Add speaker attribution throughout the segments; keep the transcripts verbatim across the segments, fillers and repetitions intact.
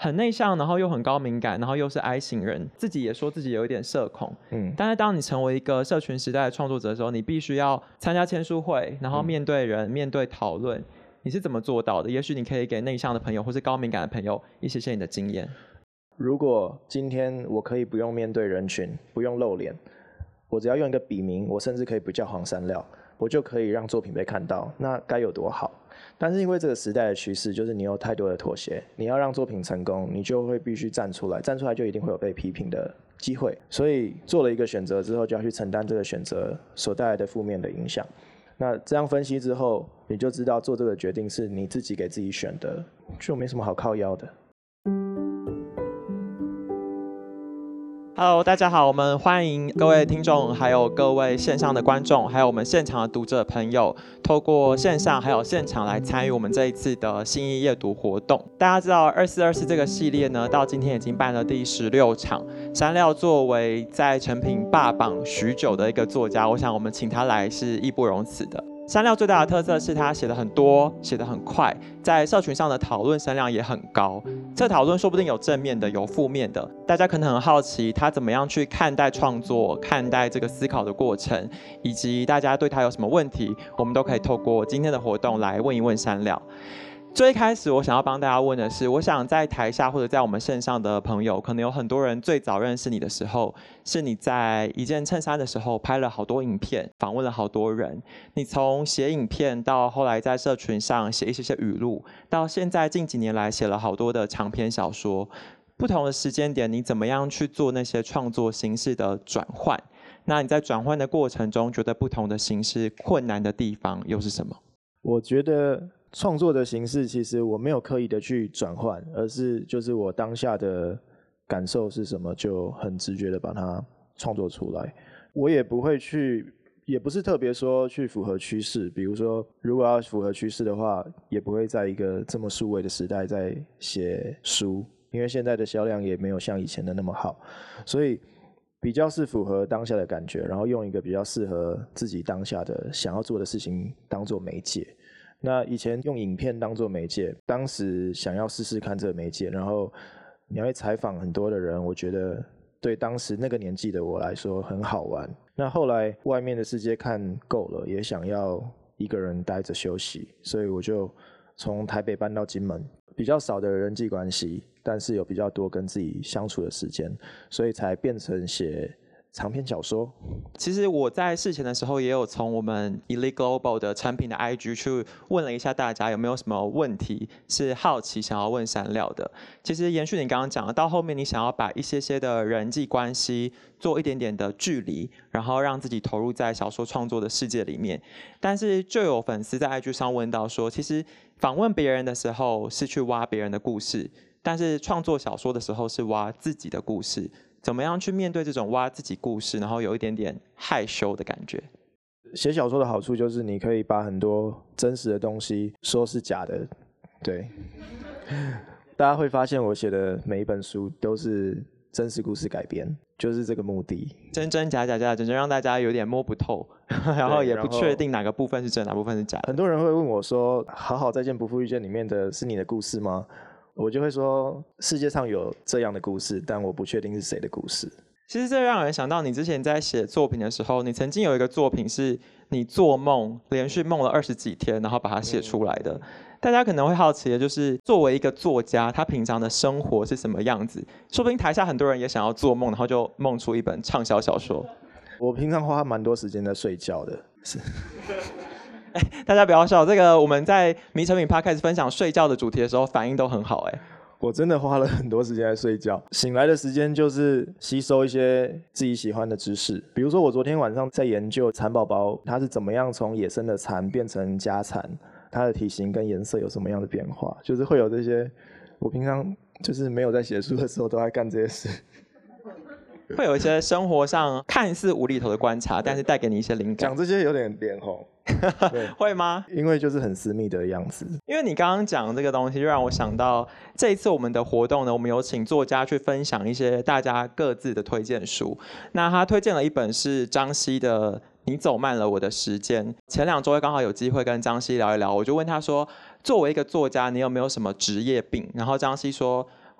Speaker 1: 很内向，然后又很高敏感，然后又是 I 型人，自己也说自己有一点社恐。嗯，但是当你成为一个社群时代的创作者的时候，你必须要参加签书会，然后面对人、嗯、面对讨论，你是怎么做到的？也许你可以给内向的朋友或是高敏感的朋友一些些你的经验。
Speaker 2: 如果今天我可以不用面对人群，不用露脸，我只要用一个笔名，我甚至可以不叫黄山料，我就可以让作品被看到，那该有多好。但是因为这个时代的趋势就是你有太多的妥协，你要让作品成功，你就会必须站出来，站出来就一定会有被批评的机会，所以做了一个选择之后就要去承担这个选择所带来的负面的影响。那这样分析之后，你就知道做这个决定是你自己给自己选的，就没什么好靠腰的。
Speaker 1: Hello， 大家好，我们欢迎各位听众，还有各位线上的观众，还有我们现场的读者朋友，透过线上还有现场来参与我们这一次的信义夜读活动。大家知道二四二四这个系列呢，到今天已经办了第十六场。山料作为在诚品霸榜许久的一个作家，我想我们请他来是义不容辞的。山料最大的特色是他写得很多，写得很快，在社群上的讨论声量也很高。这讨论说不定有正面的，有负面的。大家可能很好奇他怎么样去看待创作，看待这个思考的过程，以及大家对他有什么问题，我们都可以透过今天的活动来问一问山料。最一开始我想要帮大家问的是，我想在台下或者在我们线上的朋友，可能有很多人最早认识你的时候，是你在一件衬衫的时候拍了好多影片，访问了好多人。你从写影片到后来在社群上写一些些语录，到现在近几年来写了好多的长篇小说。不同的时间点，你怎么样去做那些创作形式的转换？那你在转换的过程中，觉得不同的形式困难的地方又是什么？
Speaker 2: 我觉得创作的形式其实我没有刻意的去转换，而是就是我当下的感受是什么，就很直觉的把它创作出来。我也不会去，也不是特别说去符合趋势，比如说如果要符合趋势的话，也不会在一个这么数位的时代在写书，因为现在的销量也没有像以前的那么好，所以比较是符合当下的感觉，然后用一个比较适合自己当下的想要做的事情当做媒介。那以前用影片当作媒介，当时想要试试看这个媒介，然后你要采访很多的人，我觉得对当时那个年纪的我来说很好玩。那后来外面的世界看够了，也想要一个人待着休息，所以我就从台北搬到金门，比较少的人际关系，但是有比较多跟自己相处的时间，所以才变成写长篇小说。
Speaker 1: 其实我在事前的时候也有从我们 Elite Global 的产品的 I G 去问了一下大家有没有什么问题是好奇想要问山料的。其实延续你刚刚讲的，到后面你想要把一些些的人际关系做一点点的距离，然后让自己投入在小说创作的世界里面。但是就有粉丝在 I G 上问到说，其实访问别人的时候是去挖别人的故事，但是创作小说的时候是挖自己的故事。怎么样去面对这种挖自己故事，然后有一点点害羞的感觉？
Speaker 2: 写小说的好处就是你可以把很多真实的东西说是假的，对。大家会发现我写的每一本书都是真实故事改编，就是这个目的。
Speaker 1: 真真假假假真真，让大家有点摸不透，然后也不确定哪个部分是真，哪部分是假的。
Speaker 2: 很多人会问我说：“好好再见不负遇见”里面的是你的故事吗？我就会说，世界上有这样的故事，但我不确定是谁的故事。
Speaker 1: 其实这让人想到，你之前在写作品的时候，你曾经有一个作品是你做梦连续梦了二十几天，然后把它写出来的。嗯、大家可能会好奇的就是，作为一个作家，他平常的生活是什么样子？说不定台下很多人也想要做梦，然后就梦出一本畅销小说。
Speaker 2: 我平常花蛮多时间在睡觉的，是。
Speaker 1: 哎，大家不要笑，这个我们在迷成品 Podcast 分享睡觉的主题的时候，反应都很好哎。
Speaker 2: 我真的花了很多时间在睡觉，醒来的时间就是吸收一些自己喜欢的知识。比如说，我昨天晚上在研究蚕宝宝，它是怎么样从野生的蚕变成家蚕，它的体型跟颜色有什么样的变化，就是会有这些。我平常就是没有在写书的时候都在干这些事。
Speaker 1: 会有一些生活上看似无厘头的观察，但是带给你一些灵感。
Speaker 2: 讲这些有点脸红。
Speaker 1: 会吗？
Speaker 2: 因为就是很私密的样子。
Speaker 1: 因为你刚刚讲这个东西，就让我想到这一次我们的活动呢，我们有请作家去分享一些大家各自的推荐书。那他推荐了一本是张西的《你走慢了我的时间》。前两周刚好有机会跟张西聊一聊，我就问他说，作为一个作家，你有没有什么职业病？然后张西说，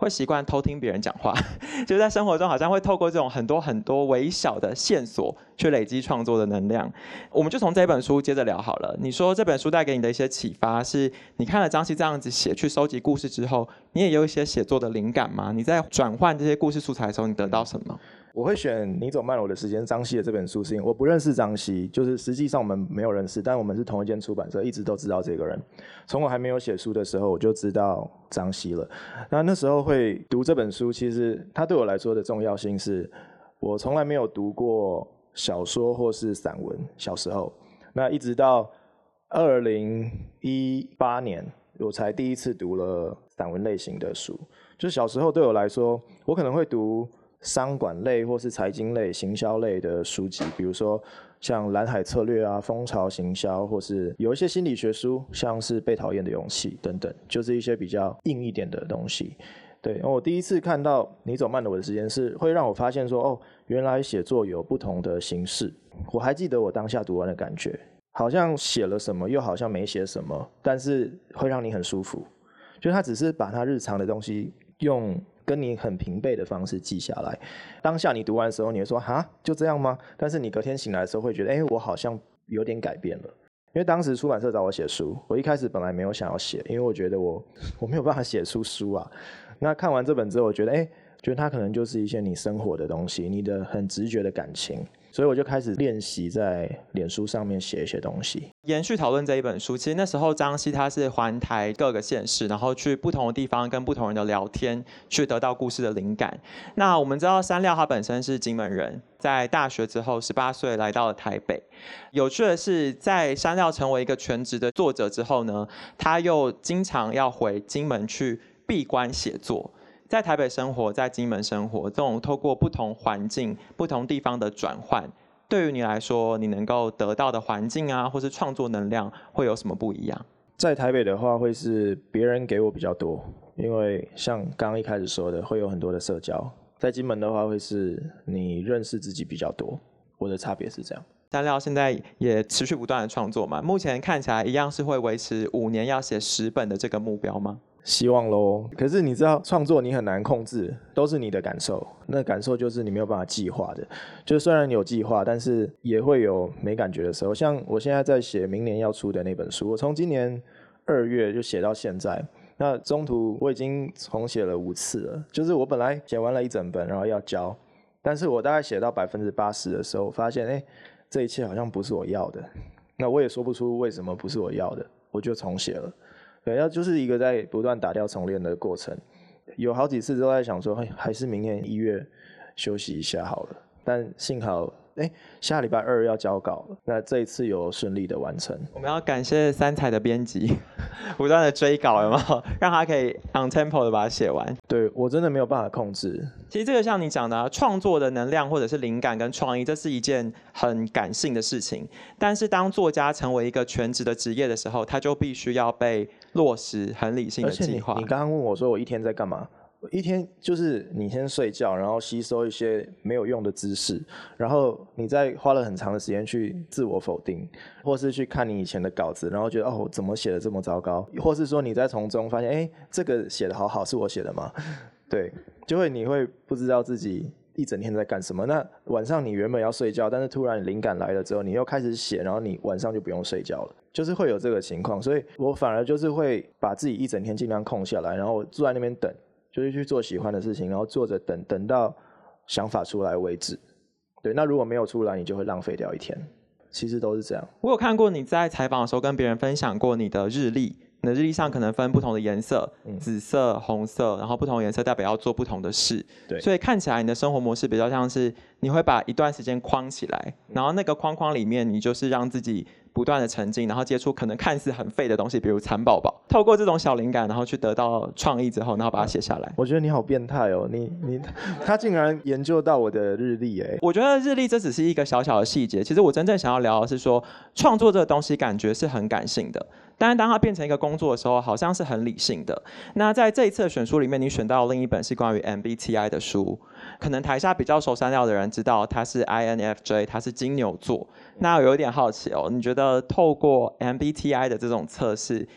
Speaker 1: 会习惯偷听别人讲话，就是在生活中好像会透过这种很多很多微小的线索去累积创作的能量。我们就从这本书接着聊好了。你说这本书带给你的一些启发，是你看了张西这样子写，去收集故事之后，你也有一些写作的灵感吗？你在转换这些故事素材的时候，你得到什么？
Speaker 2: 我会选《你走慢了我的时间》张西的这本书，是因为我不认识张西，就是实际上我们没有认识，但我们是同一间出版社，一直都知道这个人。从我还没有写书的时候，我就知道张西了。那那时候会读这本书，其实它对我来说的重要性是，我从来没有读过小说或是散文，小时候，那一直到二零一八年，我才第一次读了散文类型的书。就是小时候对我来说，我可能会读商管类或是财经类、行销类的书籍，比如说像蓝海策略啊、蜂巢行销，或是有一些心理学书，像是被讨厌的勇气等等，就是一些比较硬一点的东西。对，我第一次看到你走慢了我的时间，是会让我发现说，哦，原来写作有不同的形式。我还记得我当下读完的感觉，好像写了什么，又好像没写什么，但是会让你很舒服。就是他只是把他日常的东西用跟你很平辈的方式记下来，当下你读完的时候，你会说哈就这样吗？但是你隔天醒来的时候会觉得，哎，我好像有点改变了。因为当时出版社找我写书，我一开始本来没有想要写，因为我觉得我我没有办法写出书啊。那看完这本之后，我觉得，哎，觉得它可能就是一些你生活的东西，你的很直觉的感情。所以我就开始练习在脸书上面写一些东西。
Speaker 1: 延续讨论这一本书，其实那时候张西他是环台各个县市，然后去不同的地方跟不同人的聊天，去得到故事的灵感。那我们知道山料他本身是金门人，在大学之后十八岁来到了台北。有趣的是，在山料成为一个全职的作者之后呢，他又经常要回金门去闭关写作。在台北生活，在金门生活，这种透过不同环境、不同地方的转换，对于你来说，你能够得到的环境啊，或是创作能量，会有什么不一样？
Speaker 2: 在台北的话，会是别人给我比较多，因为像刚刚一开始说的，会有很多的社交。在金门的话，会是你认识自己比较多。我的差别是这样。
Speaker 1: 山料现在也持续不断的创作嘛，目前看起来一样是会维持五年要写十本的这个目标吗？
Speaker 2: 希望咯。可是你知道创作你很难控制，都是你的感受，那感受就是你没有办法计划的。就虽然你有计划，但是也会有没感觉的时候。像我现在在写明年要出的那本书，我从今年二月就写到现在，那中途我已经重写了五次了。就是我本来写完了一整本，然后要交，但是我大概写到百分之八十的时候，发现哎，这一切好像不是我要的。那我也说不出为什么不是我要的，我就重写了。对，要就是一个在不断打掉重练的过程，有好几次都在想说，还是明年一月休息一下好了。但幸好，哎，下礼拜二要交稿了，那这一次有顺利的完成。
Speaker 1: 我们要感谢三彩的编辑，不断的追稿，有没有让他可以 on tempo 的把它写完？
Speaker 2: 对，我真的没有办法控制。
Speaker 1: 其实这个像你讲的、啊，创作的能量或者是灵感跟创意，这是一件很感性的事情。但是当作家成为一个全职的职业的时候，他就必须要被落实很理性的计划。
Speaker 2: 而且你你刚刚问我说我一天在干嘛？一天就是你先睡觉，然后吸收一些没有用的知识，然后你再花了很长的时间去自我否定，或是去看你以前的稿子，然后觉得哦怎么写的这么糟糕，或是说你再从中发现，哎，这个写的好好，是我写的吗？对，就会你会不知道自己一整天在干什么。那晚上你原本要睡觉，但是突然灵感来了之后，你又开始写，然后你晚上就不用睡觉了，就是会有这个情况。所以我反而就是会把自己一整天尽量空下来，然后坐在那边等。就是去做喜欢的事情，然后坐着等，等到想法出来为止。对，那如果没有出来，你就会浪费掉一天。其实都是这样。
Speaker 1: 我有看过你在采访的时候跟别人分享过你的日历，你的日历上可能分不同的颜色，嗯、紫色、红色，然后不同的颜色代表要做不同的事。
Speaker 2: 对，
Speaker 1: 所以看起来你的生活模式比较像是你会把一段时间框起来，然后那个框框里面你就是让自己不断的沉浸，然后接触可能看似很废的东西，比如蚕宝宝，透过这种小灵感，然后去得到创意之后，然后把它写下来。
Speaker 2: 我觉得你好变态哦，你你他竟然研究到我的日历哎！
Speaker 1: 我觉得日历这只是一个小小的细节，其实我真正想要聊的是说，创作这个东西感觉是很感性的，但是当它变成一个工作的时候，好像是很理性的。那在这一次的选书里面，你选到另一本是关于 M B T I 的书，可能台下比较熟山料的人知道他是 I N F J， 他是金牛座。那我有点好奇哦，你觉得透过 M B T I 的这种测试，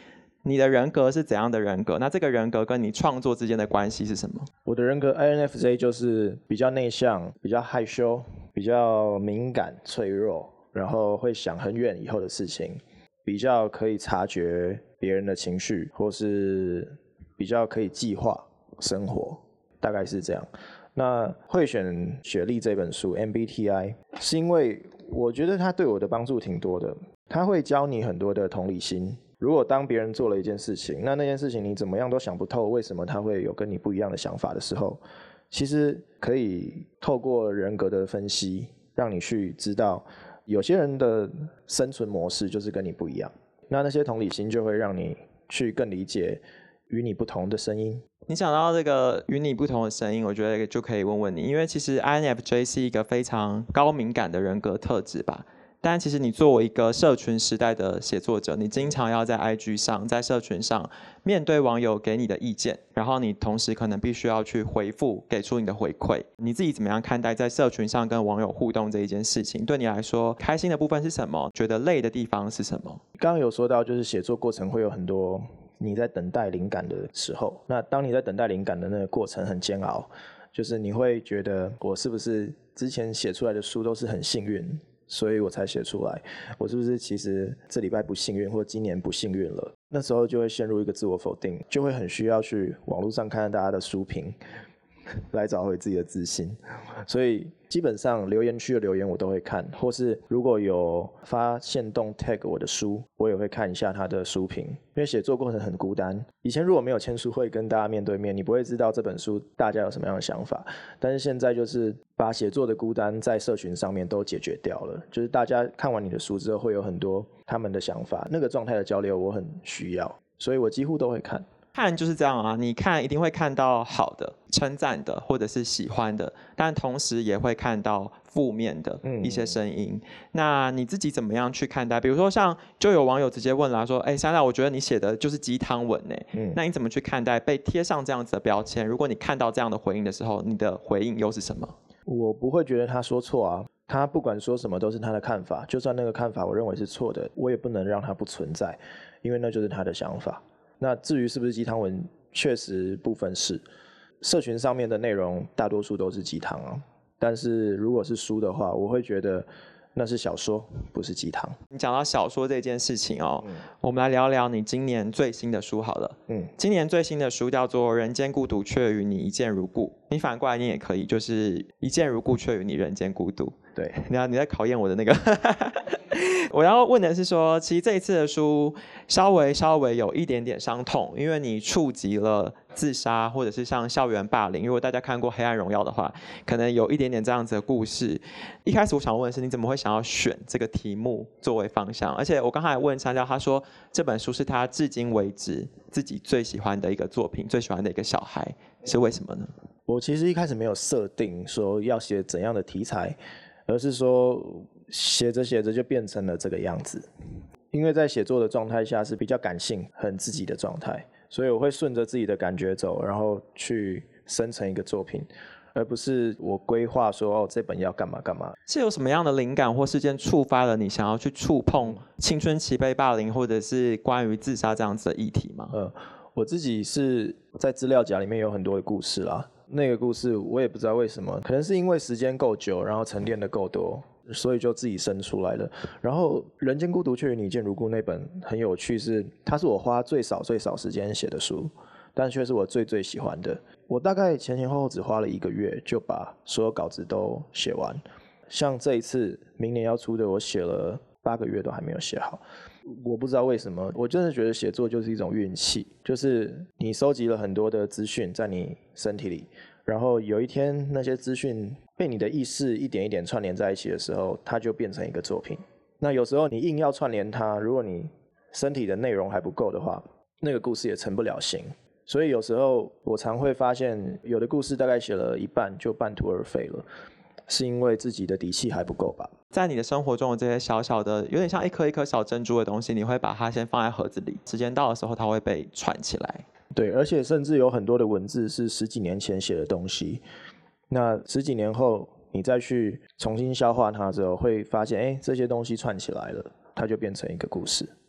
Speaker 1: 你的人格是怎样的人格？那这个人格跟你创作之间的关系是什么？
Speaker 2: 我的人格 I N F J 就是比较内向，比较害羞，比较敏感脆弱，然后会想很远以后的事情，比较可以察觉别人的情绪，或是比较可以计划生活，大概是这样。那会选雪莉这本书 M B T I 是因为我觉得它对我的帮助挺多的，它会教你很多的同理心。如果当别人做了一件事情，那那件事情你怎么样都想不透为什么他会有跟你不一样的想法的时候，其实可以透过人格的分析让你去知道有些人的生存模式就是跟你不一样，那那些同理心就会让你去更理解与你不同的声音。
Speaker 1: 你讲到这个与你不同的声音，我觉得就可以问问你，因为其实 I N F J 是一个非常高敏感的人格特质吧，但其实你作为一个社群时代的写作者，你经常要在 I G 上，在社群上面对网友给你的意见，然后你同时可能必须要去回复，给出你的回馈。你自己怎么样看待在社群上跟网友互动这一件事情？对你来说，开心的部分是什么？觉得累的地方是什么？
Speaker 2: 刚刚有说到，就是写作过程会有很多你在等待灵感的时候，那当你在等待灵感的那个过程很煎熬，就是你会觉得我是不是之前写出来的书都是很幸运，所以我才写出来，我是不是其实这礼拜不幸运或今年不幸运了，那时候就会陷入一个自我否定，就会很需要去网络上看看大家的书评来找回自己的自信。所以基本上留言区的留言我都会看，或是如果有发限动 tag 我的书，我也会看一下他的书评。因为写作过程很孤单，以前如果没有签书会跟大家面对面，你不会知道这本书大家有什么样的想法，但是现在就是把写作的孤单在社群上面都解决掉了，就是大家看完你的书之后会有很多他们的想法，那个状态的交流我很需要，所以我几乎都会看。
Speaker 1: 看就是这样啊，你看一定会看到好的、称赞的，或者是喜欢的，但同时也会看到负面的一些声音。嗯、那你自己怎么样去看待？比如说像就有网友直接问啦，说：“哎，珊珊，我觉得你写的就是鸡汤文呢。嗯，那你怎么去看待被贴上这样子的标签？如果你看到这样的回应的时候，你的回应又是什么？”
Speaker 2: 我不会觉得他说错啊，他不管说什么都是他的看法，就算那个看法我认为是错的，我也不能让他不存在，因为那就是他的想法。那至于是不是鸡汤文，确实部分是，社群上面的内容大多数都是鸡汤啊，但是如果是书的话，我会觉得那是小说，不是鸡汤。
Speaker 1: 你讲到小说这件事情哦，嗯、我们来聊聊你今年最新的书好了。嗯，今年最新的书叫做《人间孤独，却与你一见如故》。你反过来你也可以，就是一见如故，却与你人间孤独。
Speaker 2: 对，
Speaker 1: 你要你在考验我的那个。我要问的是说，其实这一次的书稍微稍微有一点点伤痛，因为你触及了自杀或者是像校园霸凌。如果大家看过《黑暗荣耀》的话，可能有一点点这样子的故事。一开始我想问的是，你怎么会想要选这个题目作为方向？而且我刚才问珊娇，他说这本书是他至今为止自己最喜欢的一个作品，最喜欢的一个小孩，是为什么呢？
Speaker 2: 我其实一开始没有设定说要写怎样的题材，而是说写着写着就变成了这个样子。因为在写作的状态下是比较感性、很自己的状态，所以我会顺着自己的感觉走，然后去生成一个作品，而不是我规划说哦这本要干嘛干嘛。
Speaker 1: 是有什么样的灵感或事件触发了你想要去触碰青春期被霸凌或者是关于自杀这样子的议题吗？
Speaker 2: 嗯，我自己是在资料夹里面有很多的故事啦。那个故事我也不知道为什么，可能是因为时间够久，然后沉淀的够多，所以就自己生出来了。然后《人间孤独，却与你一见如故》那本很有趣是，是它是我花最少最少时间写的书，但却是我最最喜欢的。我大概前前后后只花了一个月就把所有稿子都写完。像这一次明年要出的，我写了八个月都还没有写好。我不知道为什么，我真的觉得写作就是一种运气，就是你收集了很多的资讯在你身体里，然后有一天那些资讯被你的意识一点一点串联在一起的时候，它就变成一个作品。那有时候你硬要串联它，如果你身体的内容还不够的话，那个故事也成不了形。所以有时候我常会发现，有的故事大概写了一半就半途而废了，是因为自己的底气还不够吧。
Speaker 1: 在你的生活中的这些小小的有点像一颗一颗小珍珠的东西，你会把它先放在盒子里，时间到的时候它会被串起来。
Speaker 2: 对，而且甚至有很多的文字是十几年前写的东西，那十几年后你再去重新消化它之后，会发现哎，这些东西串起来了，它就变成一个故事。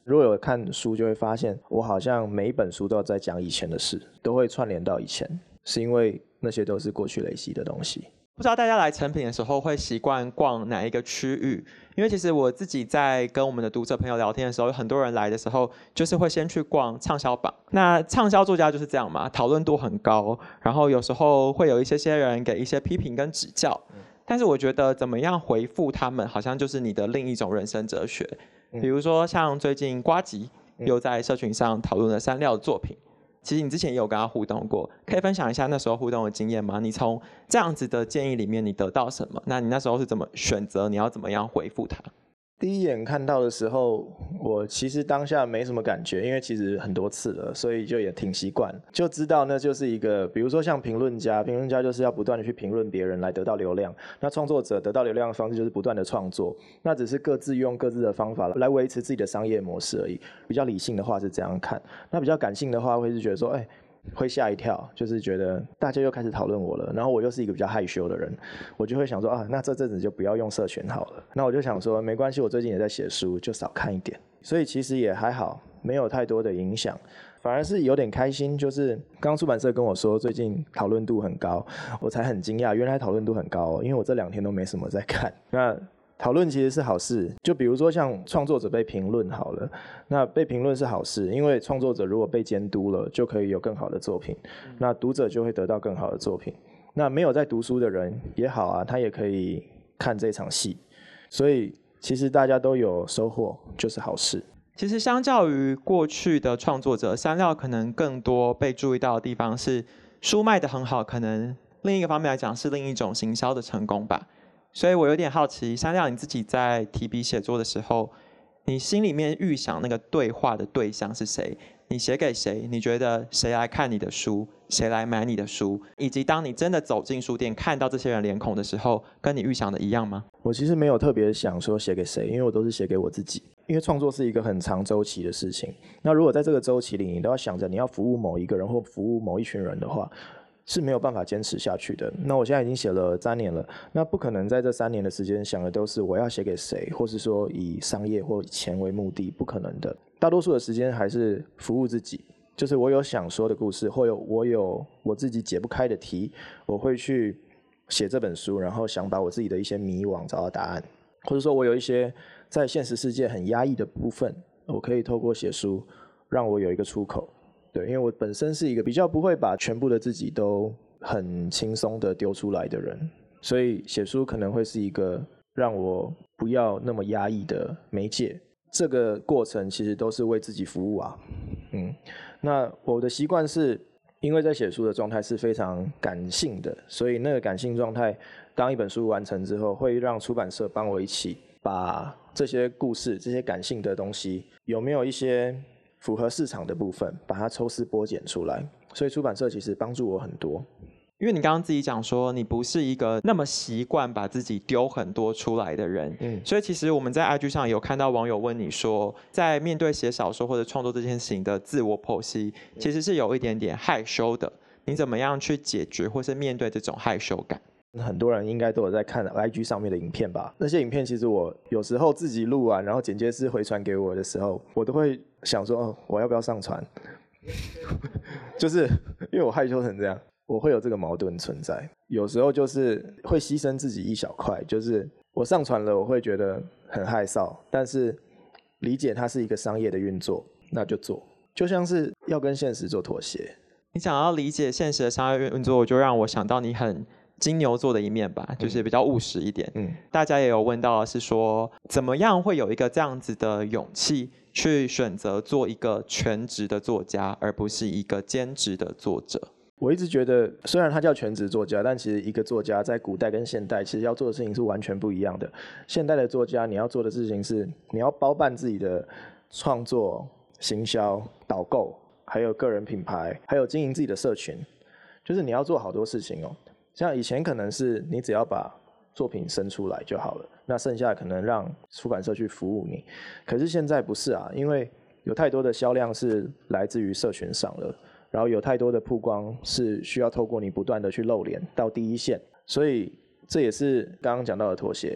Speaker 2: 如果有看书就会发现，我好像每一本书都在讲以前的事，都会串联到以前，是因为那些都是过去累积的东西。
Speaker 1: 不知道大家来诚品的时候会习惯逛哪一个区域？因为其实我自己在跟我们的读者朋友聊天的时候，很多人来的时候就是会先去逛畅销榜。那畅销作家就是这样嘛，讨论度很高，然后有时候会有一些些人给一些批评跟指教。但是我觉得怎么样回复他们，好像就是你的另一种人生哲学。比如说像最近呱吉又在社群上讨论了山料的作品。其实你之前也有跟他互动过，可以分享一下那时候互动的经验吗？你从这样子的建议里面你得到什么？那你那时候是怎么选择？你要怎么样回复他？
Speaker 2: 第一眼看到的时候，我其实当下没什么感觉，因为其实很多次了，所以就也挺习惯，就知道那就是一个，比如说像评论家，评论家就是要不断的去评论别人来得到流量，那创作者得到流量的方式就是不断的创作，那只是各自用各自的方法来维持自己的商业模式而已。比较理性的话是这样看，那比较感性的话会是觉得说，哎。会吓一跳，就是觉得大家又开始讨论我了，然后我又是一个比较害羞的人，我就会想说啊，那这阵子就不要用社群好了。那我就想说，没关系，我最近也在写书，就少看一点，所以其实也还好，没有太多的影响，反而是有点开心。就是刚刚出版社跟我说最近讨论度很高，我才很惊讶，原来讨论度很高哦，因为我这两天都没什么在看。那讨论其实是好事，就比如说像创作者被评论好了，那被评论是好事，因为创作者如果被监督了，就可以有更好的作品，那读者就会得到更好的作品。那没有在读书的人也好啊，他也可以看这场戏，所以其实大家都有收获，就是好事。
Speaker 1: 其实相较于过去的创作者，山料可能更多被注意到的地方是书卖得很好，可能另一个方面来讲是另一种行销的成功吧。所以我有点好奇，山料你自己在提笔写作的时候，你心里面预想那个对话的对象是谁？你写给谁？你觉得谁来看你的书？谁来买你的书？以及当你真的走进书店看到这些人脸孔的时候，跟你预想的一样吗？
Speaker 2: 我其实没有特别想说写给谁，因为我都是写给我自己。因为创作是一个很长周期的事情，那如果在这个周期里你都要想着你要服务某一个人或服务某一群人的话，是没有办法坚持下去的。那我现在已经写了三年了，那不可能在这三年的时间想的都是我要写给谁，或是说以商业或以钱为目的，不可能的。大多数的时间还是服务自己，就是我有想说的故事，或有我有我自己解不开的题，我会去写这本书，然后想把我自己的一些迷惘找到答案，或者说我有一些在现实世界很压抑的部分，我可以透过写书让我有一个出口。对，因为我本身是一个比较不会把全部的自己都很轻松的丢出来的人，所以写书可能会是一个让我不要那么压抑的媒介。这个过程其实都是为自己服务啊。嗯，那我的习惯是因为在写书的状态是非常感性的，所以那个感性状态当一本书完成之后，会让出版社帮我一起把这些故事这些感性的东西有没有一些符合市场的部分把它抽丝剥茧出来，所以出版社其实帮助我很多。
Speaker 1: 因为你刚刚自己讲说你不是一个那么习惯把自己丢很多出来的人，嗯，所以其实我们在 I G 上有看到网友问你说，在面对写小说或者创作这件事情的自我剖析，其实是有一点点害羞的，你怎么样去解决或是面对这种害羞感？
Speaker 2: 很多人应该都有在看 I G 上面的影片吧，那些影片其实我有时候自己录完然后剪接师回传给我的时候，我都会想说，哦，我要不要上传就是因为我害羞成这样，我会有这个矛盾存在，有时候就是会牺牲自己一小块，就是我上传了我会觉得很害臊，但是理解它是一个商业的运作，那就做，就像是要跟现实做妥协。
Speaker 1: 你想要理解现实的商业运作，就让我想到你很金牛座的一面吧，就是比较务实一点。嗯，大家也有问到的是说，怎么样会有一个这样子的勇气去选择做一个全职的作家，而不是一个兼职的作者？
Speaker 2: 我一直觉得，虽然他叫全职作家，但其实一个作家在古代跟现代其实要做的事情是完全不一样的。现代的作家，你要做的事情是，你要包办自己的创作、行销、导购，还有个人品牌，还有经营自己的社群，就是你要做好多事情哦。像以前可能是你只要把作品生出来就好了，那剩下可能让出版社去服务你。可是现在不是啊，因为有太多的销量是来自于社群上了。然后有太多的曝光是需要透过你不断的去露脸到第一线，所以这也是刚刚讲到的妥协，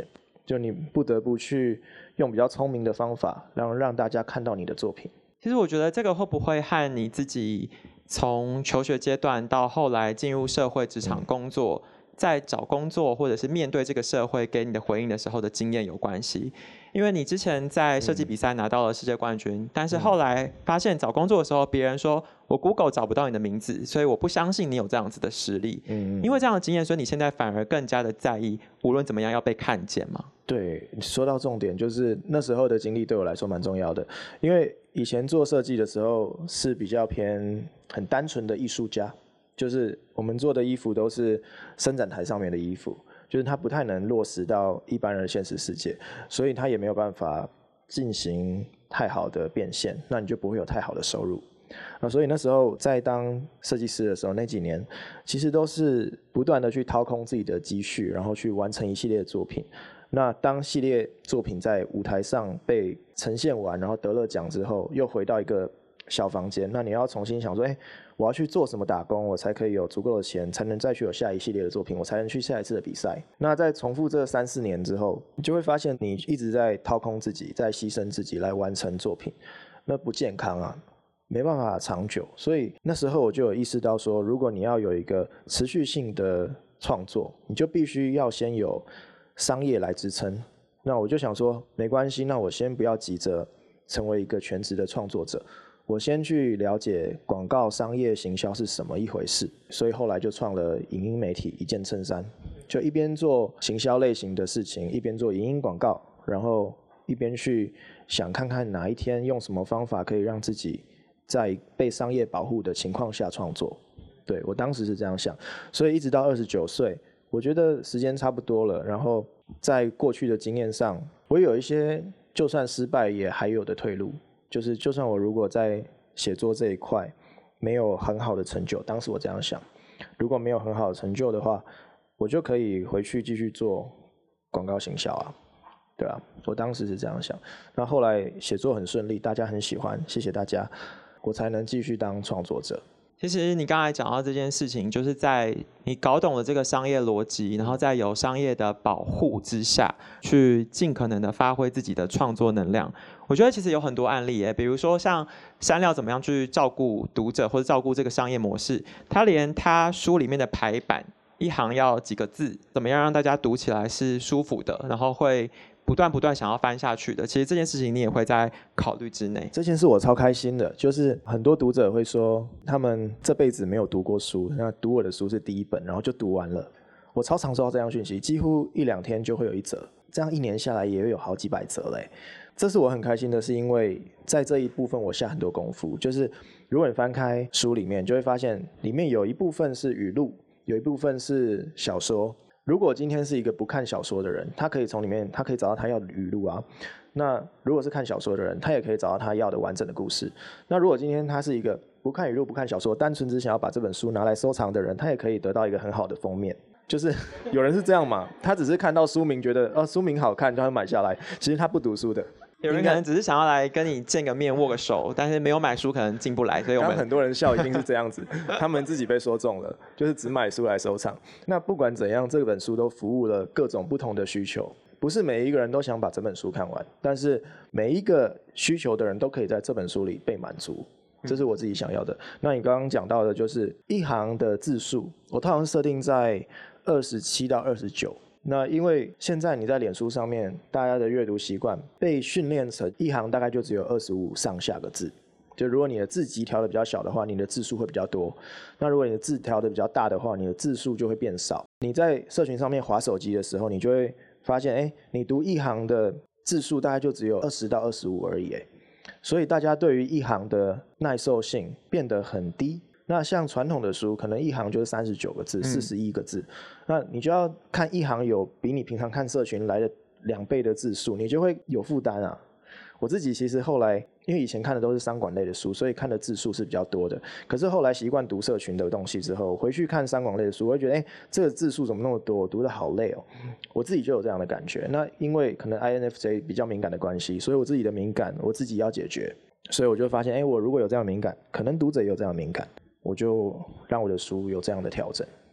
Speaker 2: 就你不得不去用比较聪明的方法让让大家看到你的作品。
Speaker 1: 其实我觉得这个会不会和你自己从求学阶段到后来进入社会职场工作、嗯、在找工作或者是面对这个社会给你的回应的时候的经验有关系？因为你之前在设计比赛拿到了世界冠军、嗯、但是后来发现找工作的时候别人说我 Google 找不到你的名字，所以我不相信你有这样子的实力。嗯，因为这样的经验，所以你现在反而更加的在意无论怎么样要被看见嘛？
Speaker 2: 对，说到重点，就是那时候的经历对我来说蛮重要的。因为以前做设计的时候是比较偏很单纯的艺术家，就是我们做的衣服都是伸展台上面的衣服，就是它不太能落实到一般人的现实世界，所以它也没有办法进行太好的变现，那你就不会有太好的收入。啊，所以那时候在当设计师的时候，那几年其实都是不断的去掏空自己的积蓄，然后去完成一系列的作品。那当系列作品在舞台上被呈现完，然后得了奖之后，又回到一个小房间，那你要重新想说，哎，我要去做什么打工，我才可以有足够的钱，才能再去有下一系列的作品，我才能去下一次的比赛。那在重复这三四年之后，你就会发现你一直在掏空自己，在牺牲自己来完成作品，那不健康啊。没办法长久，所以那时候我就有意识到说，如果你要有一个持续性的创作，你就必须要先有商业来支撑。那我就想说，没关系，那我先不要急着成为一个全职的创作者，我先去了解广告商业行销是什么一回事。所以后来就创了影音媒体一件衬衫，就一边做行销类型的事情，一边做影音广告，然后一边去想看看哪一天用什么方法可以让自己在被商业保护的情况下创作。对，我当时是这样想，所以一直到二十九岁，我觉得时间差不多了，然后在过去的经验上，我有一些就算失败也还有的退路，就是就算我如果在写作这一块没有很好的成就，当时我这样想，如果没有很好的成就的话，我就可以回去继续做广告行销啊。对啊，我当时是这样想。那后来写作很顺利，大家很喜欢，谢谢大家，我才能继续当创作者。
Speaker 1: 其实你刚才讲到这件事情，就是在你搞懂了这个商业逻辑，然后在有商业的保护之下，去尽可能的发挥自己的创作能量。我觉得其实有很多案例耶，比如说像山料怎么样去照顾读者或者照顾这个商业模式，他连他书里面的排版一行要几个字，怎么样让大家读起来是舒服的，然后会不断不断想要翻下去的，其实这件事情你也会在考虑之内。
Speaker 2: 这件事我超开心的，就是很多读者会说他们这辈子没有读过书，那读我的书是第一本，然后就读完了。我超常收到这样讯息，几乎一两天就会有一则，这样一年下来也会有好几百则嘞。这是我很开心的，是因为在这一部分我下很多功夫，就是如果你翻开书里面，就会发现里面有一部分是语录，有一部分是小说。如果今天是一个不看小说的人，他可以从里面，他可以找到他要的语录啊。那如果是看小说的人，他也可以找到他要的完整的故事。那如果今天他是一个不看语录、不看小说，单纯只想要把这本书拿来收藏的人，他也可以得到一个很好的封面。就是有人是这样嘛，他只是看到书名觉得哦书名好看，就会买下来。其实他不读书的。
Speaker 1: 有人可能只是想要来跟你见个面、握个手，但是没有买书，可能进不来。所以我们
Speaker 2: 很多人笑，一定是这样子，他们自己被说中了，就是只买书来收藏。那不管怎样，这本书都服务了各种不同的需求。不是每一个人都想把整本书看完，但是每一个需求的人都可以在这本书里被满足。这是我自己想要的。那你刚刚讲到的就是一行的字数，我通常设定在二十七到二十九。那因为现在你在脸书上面，大家的阅读习惯被训练成一行大概就只有二十五上下个字。就如果你的字级调的比较小的话，你的字数会比较多。那如果你的字调的比较大的话，你的字数就会变少。你在社群上面滑手机的时候，你就会发现，哎，你读一行的字数大概就只有二十到二十五而已，哎，所以大家对于一行的耐受性变得很低。那像传统的书，可能一行就是三十九个字、四十一个字，嗯，那你就要看一行有比你平常看社群来的两倍的字数，你就会有负担啊。我自己其实后来，因为以前看的都是商管类的书，所以看的字数是比较多的。可是后来习惯读社群的东西之后，回去看商管类的书，我会觉得，哎，这个字数怎么那么多？我读得好累哦。我自己就有这样的感觉。那因为可能 I N F J 比较敏感的关系，所以我自己的敏感我自己要解决。所以我就发现，哎，我如果有这样的敏感，可能读者也有这样的敏感，我就让我的书有这样的调整。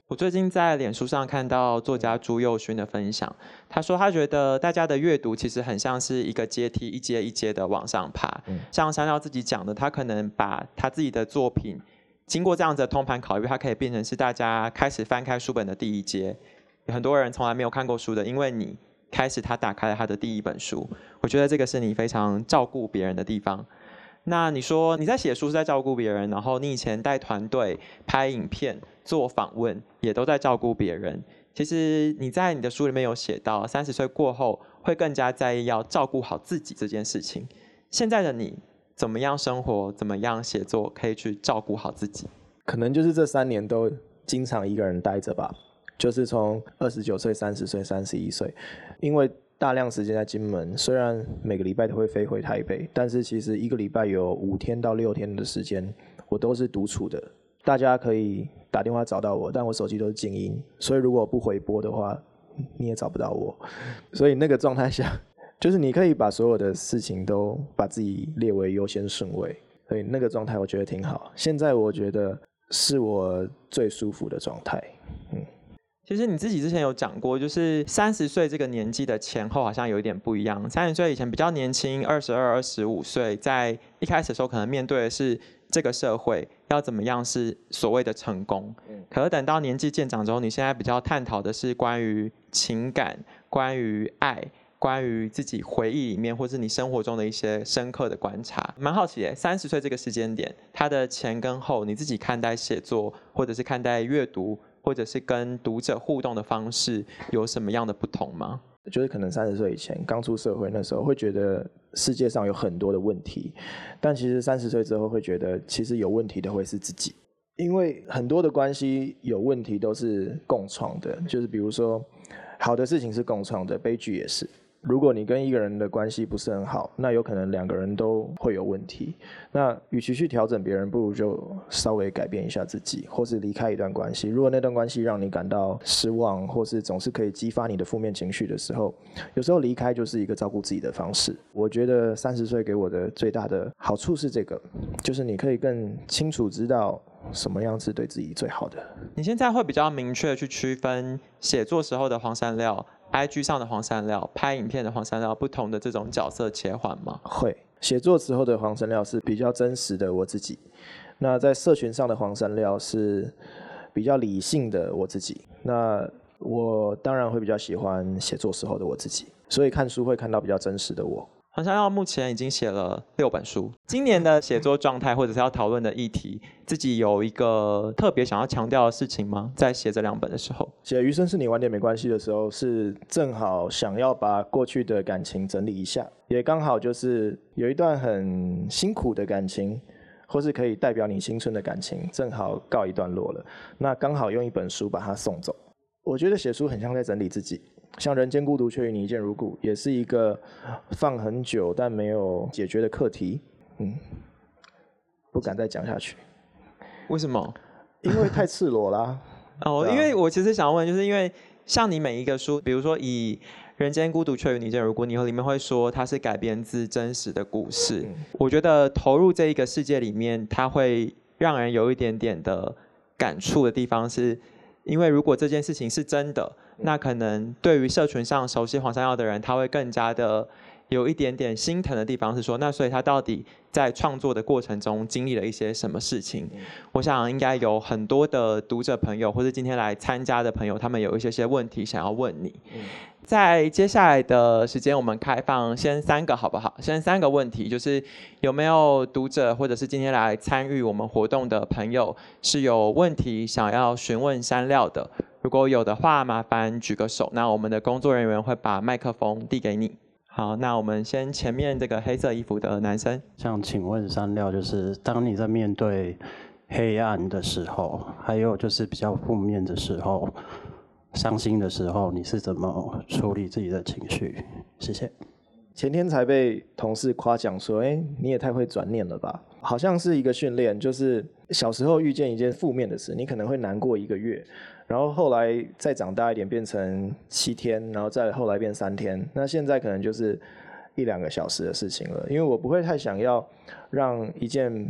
Speaker 1: 我最近在脸书上看到作家朱佑勋的分享，他说他觉得大家的阅读其实很像是一个阶梯，一阶一阶的往上爬。嗯、像山料自己讲的，他可能把他自己的作品经过这样子的通盘考虑，他可以变成是大家开始翻开书本的第一阶。有很多人从来没有看过书的，因为你开始他打开了他的第一本书。我觉得这个是你非常照顾别人的地方。那你说你在写书是在照顾别人，然后你以前带团队拍影片做访问也都在照顾别人。其实你在你的书里面有写到三十岁过后会更加在意要照顾好自己这件事情。现在的你怎么样生活，怎么样写作可以去照顾好自己？
Speaker 2: 可能就是这三年都经常一个人待着吧，就是从二十九岁、三十岁、三十一岁，因为大量时间在金门，虽然每个礼拜都会飞回台北，但是其实一个礼拜有五天到六天的时间，我都是独处的。大家可以打电话找到我，但我手机都是静音，所以如果不回拨的话，你也找不到我。所以那个状态下，就是你可以把所有的事情都把自己列为优先顺位，所以那个状态我觉得挺好。现在我觉得是我最舒服的状态。嗯。
Speaker 1: 其实你自己之前有讲过，就是三十岁这个年纪的前后好像有一点不一样。三十岁以前比较年轻，二十二、二十五岁，在一开始的时候可能面对的是这个社会要怎么样是所谓的成功。可是等到年纪渐长之后，你现在比较探讨的是关于情感、关于爱、关于自己回忆里面或是你生活中的一些深刻的观察。蛮好奇耶，三十岁这个时间点，它的前跟后，你自己看待写作，或者是看待阅读，或者是跟读者互动的方式有什么样的不同吗？
Speaker 2: 就是可能三十岁以前刚出社会那时候会觉得世界上有很多的问题，但其实三十岁之后会觉得其实有问题的会是自己，因为很多的关系有问题都是共创的，就是比如说好的事情是共创的，悲剧也是。如果你跟一个人的关系不是很好，那有可能两个人都会有问题。那与其去调整别人，不如就稍微改变一下自己，或是离开一段关系。如果那段关系让你感到失望，或是总是可以激发你的负面情绪的时候，有时候离开就是一个照顾自己的方式。我觉得三十岁给我的最大的好处是这个，就是你可以更清楚知道什么样是对自己最好的。
Speaker 1: 你现在会比较明确去区分写作时候的黄山料，I G 上的黄山料，拍影片的黄山料，不同的这种角色切换吗？
Speaker 2: 会，写作时候的黄山料是比较真实的我自己，那在社群上的黄山料是比较理性的我自己。那我当然会比较喜欢写作时候的我自己，所以看书会看到比较真实的我。
Speaker 1: 黄山料目前已经写了六本书，今年的写作状态或者是要讨论的议题，自己有一个特别想要强调的事情吗？在写这两本的时候，
Speaker 2: 写《余生是你晚点没关系》的时候，是正好想要把过去的感情整理一下，也刚好就是有一段很辛苦的感情，或是可以代表你青春的感情，正好告一段落了。那刚好用一本书把它送走。我觉得写书很像在整理自己。像人间孤独却与你一见如故，也是一个放很久但没有解决的课题。嗯，不敢再讲下去。
Speaker 1: 为什么？
Speaker 2: 因为太赤裸啦。
Speaker 1: 哦，因为我其实想问，就是因为像你每一个书，比如说以人间孤独却与你一见如故，你里面会说它是改编自真实的故事。嗯、我觉得投入这一个世界里面，它会让人有一点点的感触的地方是，因为如果这件事情是真的，那可能对于社群上熟悉黄山料的人，他会更加的有一点点心疼的地方是说，那所以他到底在创作的过程中经历了一些什么事情？嗯、我想应该有很多的读者朋友或者今天来参加的朋友，他们有一些些问题想要问你。嗯、在接下来的时间，我们开放先三个好不好？先三个问题，就是有没有读者或者是今天来参与我们活动的朋友是有问题想要询问山料的？如果有的话，麻烦举个手，那我们的工作人员会把麦克风递给你。好，那我们先前面这个黑色衣服的男生。
Speaker 3: 想请问山料，就是当你在面对黑暗的时候，还有就是比较负面的时候、伤心的时候，你是怎么处理自己的情绪？谢谢。
Speaker 2: 前天才被同事夸奖说，哎，你也太会转念了吧？好像是一个训练，就是小时候遇见一件负面的事，你可能会难过一个月，然后后来再长大一点变成七天，然后再后来变三天，那现在可能就是一两个小时的事情了。因为我不会太想要让一件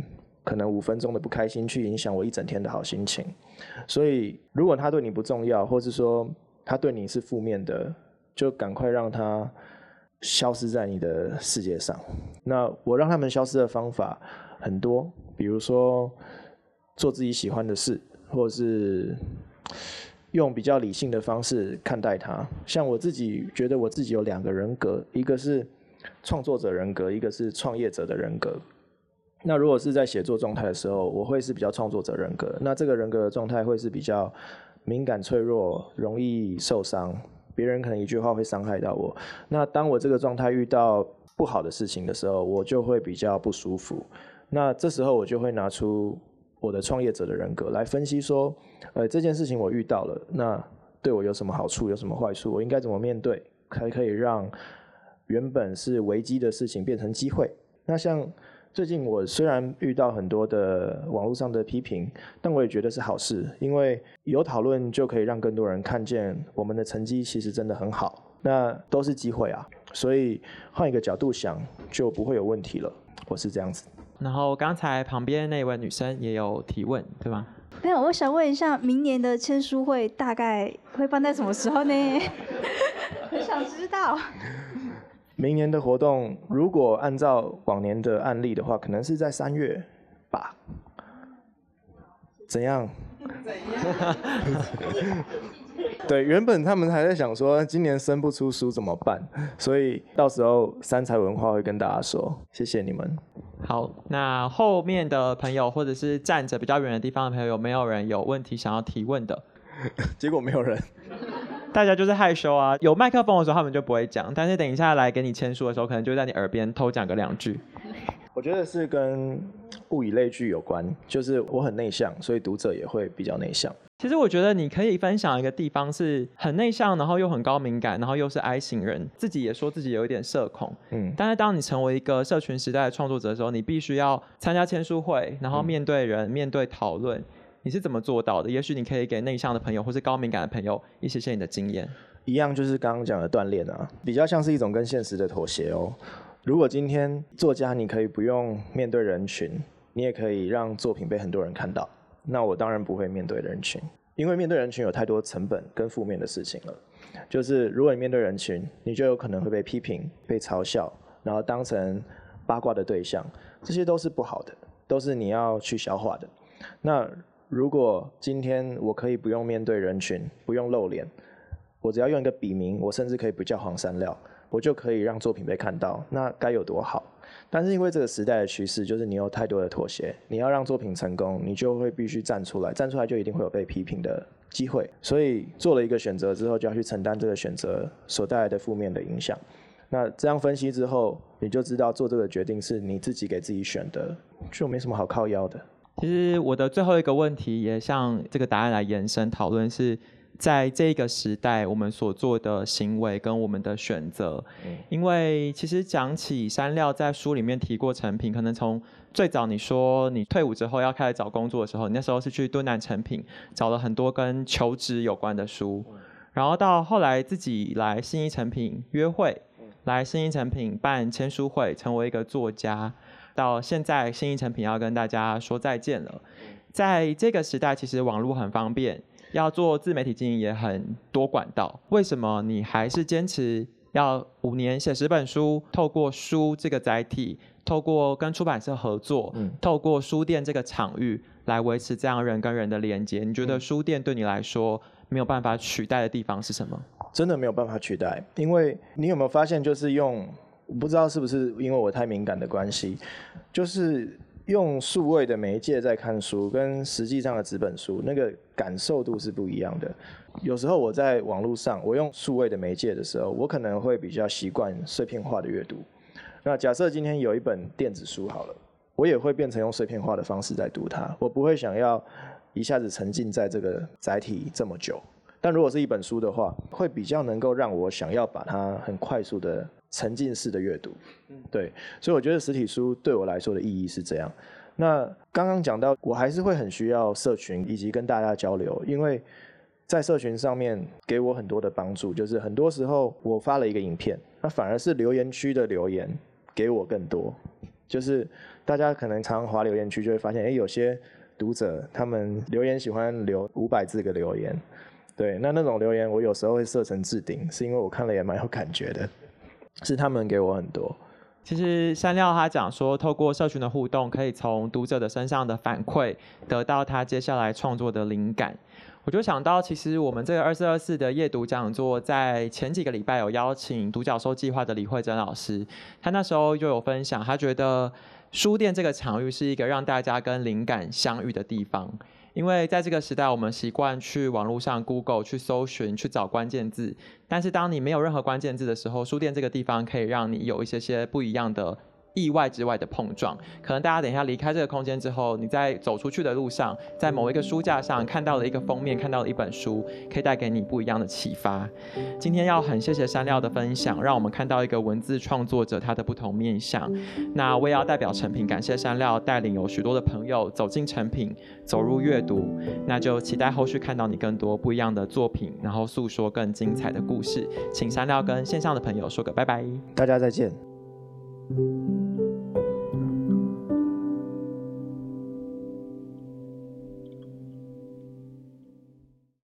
Speaker 2: 可能五分钟的不开心去影响我一整天的好心情。所以如果他对你不重要，或是说他对你是负面的，就赶快让他消失在你的世界上。那我让他们消失的方法很多，比如说做自己喜欢的事，或是用比较理性的方式看待它。像我自己觉得我自己有两个人格，一个是创作者人格，一个是创业者的人格。那如果是在写作状态的时候，我会是比较创作者人格，那这个人格的状态会是比较敏感脆弱，容易受伤，别人可能一句话会伤害到我。那当我这个状态遇到不好的事情的时候，我就会比较不舒服。那这时候我就会拿出我的创业者的人格来分析说，呃，这件事情我遇到了，那对我有什么好处，有什么坏处，我应该怎么面对，才可以让原本是危机的事情变成机会。那像最近我虽然遇到很多的网络上的批评，但我也觉得是好事，因为有讨论就可以让更多人看见我们的成绩其实真的很好，那都是机会啊，所以换一个角度想就不会有问题了，我是这样子。
Speaker 1: 然后刚才旁边那位女生也有提问，对吗？
Speaker 4: 没有，我想问一下，明年的签书会大概会办在什么时候呢？很想知道。
Speaker 2: 明年的活动，如果按照往年的案例的话，可能是在三月吧。怎样？怎样？对，原本他们还在想说，今年生不出书怎么办？所以到时候三彩文化会跟大家说，谢谢你们。
Speaker 1: 好，那后面的朋友或者是站着比较远的地方的朋友，有没有人有问题想要提问的？
Speaker 2: 结果没有人。
Speaker 1: 大家就是害羞啊，有麦克风的时候他们就不会讲，但是等一下来给你签书的时候，可能就在你耳边偷讲个两句。
Speaker 2: 我觉得是跟物以类聚有关，就是我很内向，所以读者也会比较内向。
Speaker 1: 其实我觉得你可以分享一个地方是很内向，然后又很高敏感，然后又是 I 型人，自己也说自己有一点社恐。嗯，但是当你成为一个社群时代的创作者的时候，你必须要参加签书会，然后面对人、嗯、面对讨论。你是怎么做到的？也许你可以给内向的朋友或是高敏感的朋友一些些你的经验。
Speaker 2: 一样就是刚刚讲的锻炼啊，比较像是一种跟现实的妥协哦。如果今天作家你可以不用面对人群，你也可以让作品被很多人看到，那我当然不会面对人群，因为面对人群有太多成本跟负面的事情了。就是如果你面对人群，你就有可能会被批评、被嘲笑，然后当成八卦的对象，这些都是不好的，都是你要去消化的。那如果今天我可以不用面对人群，不用露脸，我只要用一个笔名，我甚至可以不叫黄山料，我就可以让作品被看到，那该有多好。但是因为这个时代的趋势就是你有太多的妥协，你要让作品成功，你就会必须站出来，站出来就一定会有被批评的机会，所以做了一个选择之后，就要去承担这个选择所带来的负面的影响。那这样分析之后，你就知道做这个决定是你自己给自己选的，就没什么好靠腰的。
Speaker 1: 其实我的最后一个问题也向这个答案来延伸讨论，是在这个时代我们所做的行为跟我们的选择。嗯、因为其实讲起山料在书里面提过成品，可能从最早你说你退伍之后要开始找工作的时候，你那时候是去敦南成品找了很多跟求职有关的书，嗯、然后到后来自己来信义成品约会，嗯、来信义成品办签书会，成为一个作家。到现在信义成品要跟大家说再见了。在这个时代其实网络很方便，要做自媒体经营也很多管道，为什么你还是坚持要五年写十本书，透过书这个载体，透过跟出版社合作，嗯、透过书店这个场域来维持这样人跟人的连接？你觉得书店对你来说没有办法取代的地方是什么？
Speaker 2: 真的没有办法取代，因为你有没有发现就是用我不知道是不是因为我太敏感的关系，就是用数位的媒介在看书，跟实际上的纸本书那个感受度是不一样的。有时候我在网络上，我用数位的媒介的时候，我可能会比较习惯碎片化的阅读。那假设今天有一本电子书好了，我也会变成用碎片化的方式在读它，我不会想要一下子沉浸在这个载体这么久。但如果是一本书的话，会比较能够让我想要把它很快速的沉浸式的阅读，对，所以我觉得实体书对我来说的意义是这样。那刚刚讲到，我还是会很需要社群以及跟大家交流，因为在社群上面给我很多的帮助，就是很多时候我发了一个影片，那反而是留言区的留言给我更多， 就是大家可能常常滑留言区就会发现，哎，有些读者他们留言喜欢留五百字个留言，对，那那种留言我有时候会设成置顶，是因为我看了也蛮有感觉的，是他们给我很多。
Speaker 1: 其实山料他讲说，透过社群的互动，可以从读者的身上的反馈得到他接下来创作的灵感。我就想到，其实我们这个二四二四的夜读讲座，在前几个礼拜有邀请独角兽计划的李慧珍老师，他那时候就有分享，他觉得书店这个场域是一个让大家跟灵感相遇的地方。因为在这个时代，我们习惯去网络上 Google 去搜寻、去找关键字，但是当你没有任何关键字的时候，书店这个地方可以让你有一些些不一样的意外之外的碰撞。可能大家等一下离开这个空间之后，你在走出去的路上，在某一个书架上看到了一个封面，看到了一本书，可以带给你不一样的启发。今天要很谢谢山料的分享，让我们看到一个文字创作者他的不同面向。那我也要代表诚品感谢山料带领有许多的朋友走进诚品，走入阅读。那就期待后续看到你更多不一样的作品，然后诉说更精彩的故事。请山料跟线上的朋友说个拜拜，
Speaker 2: 大家再见。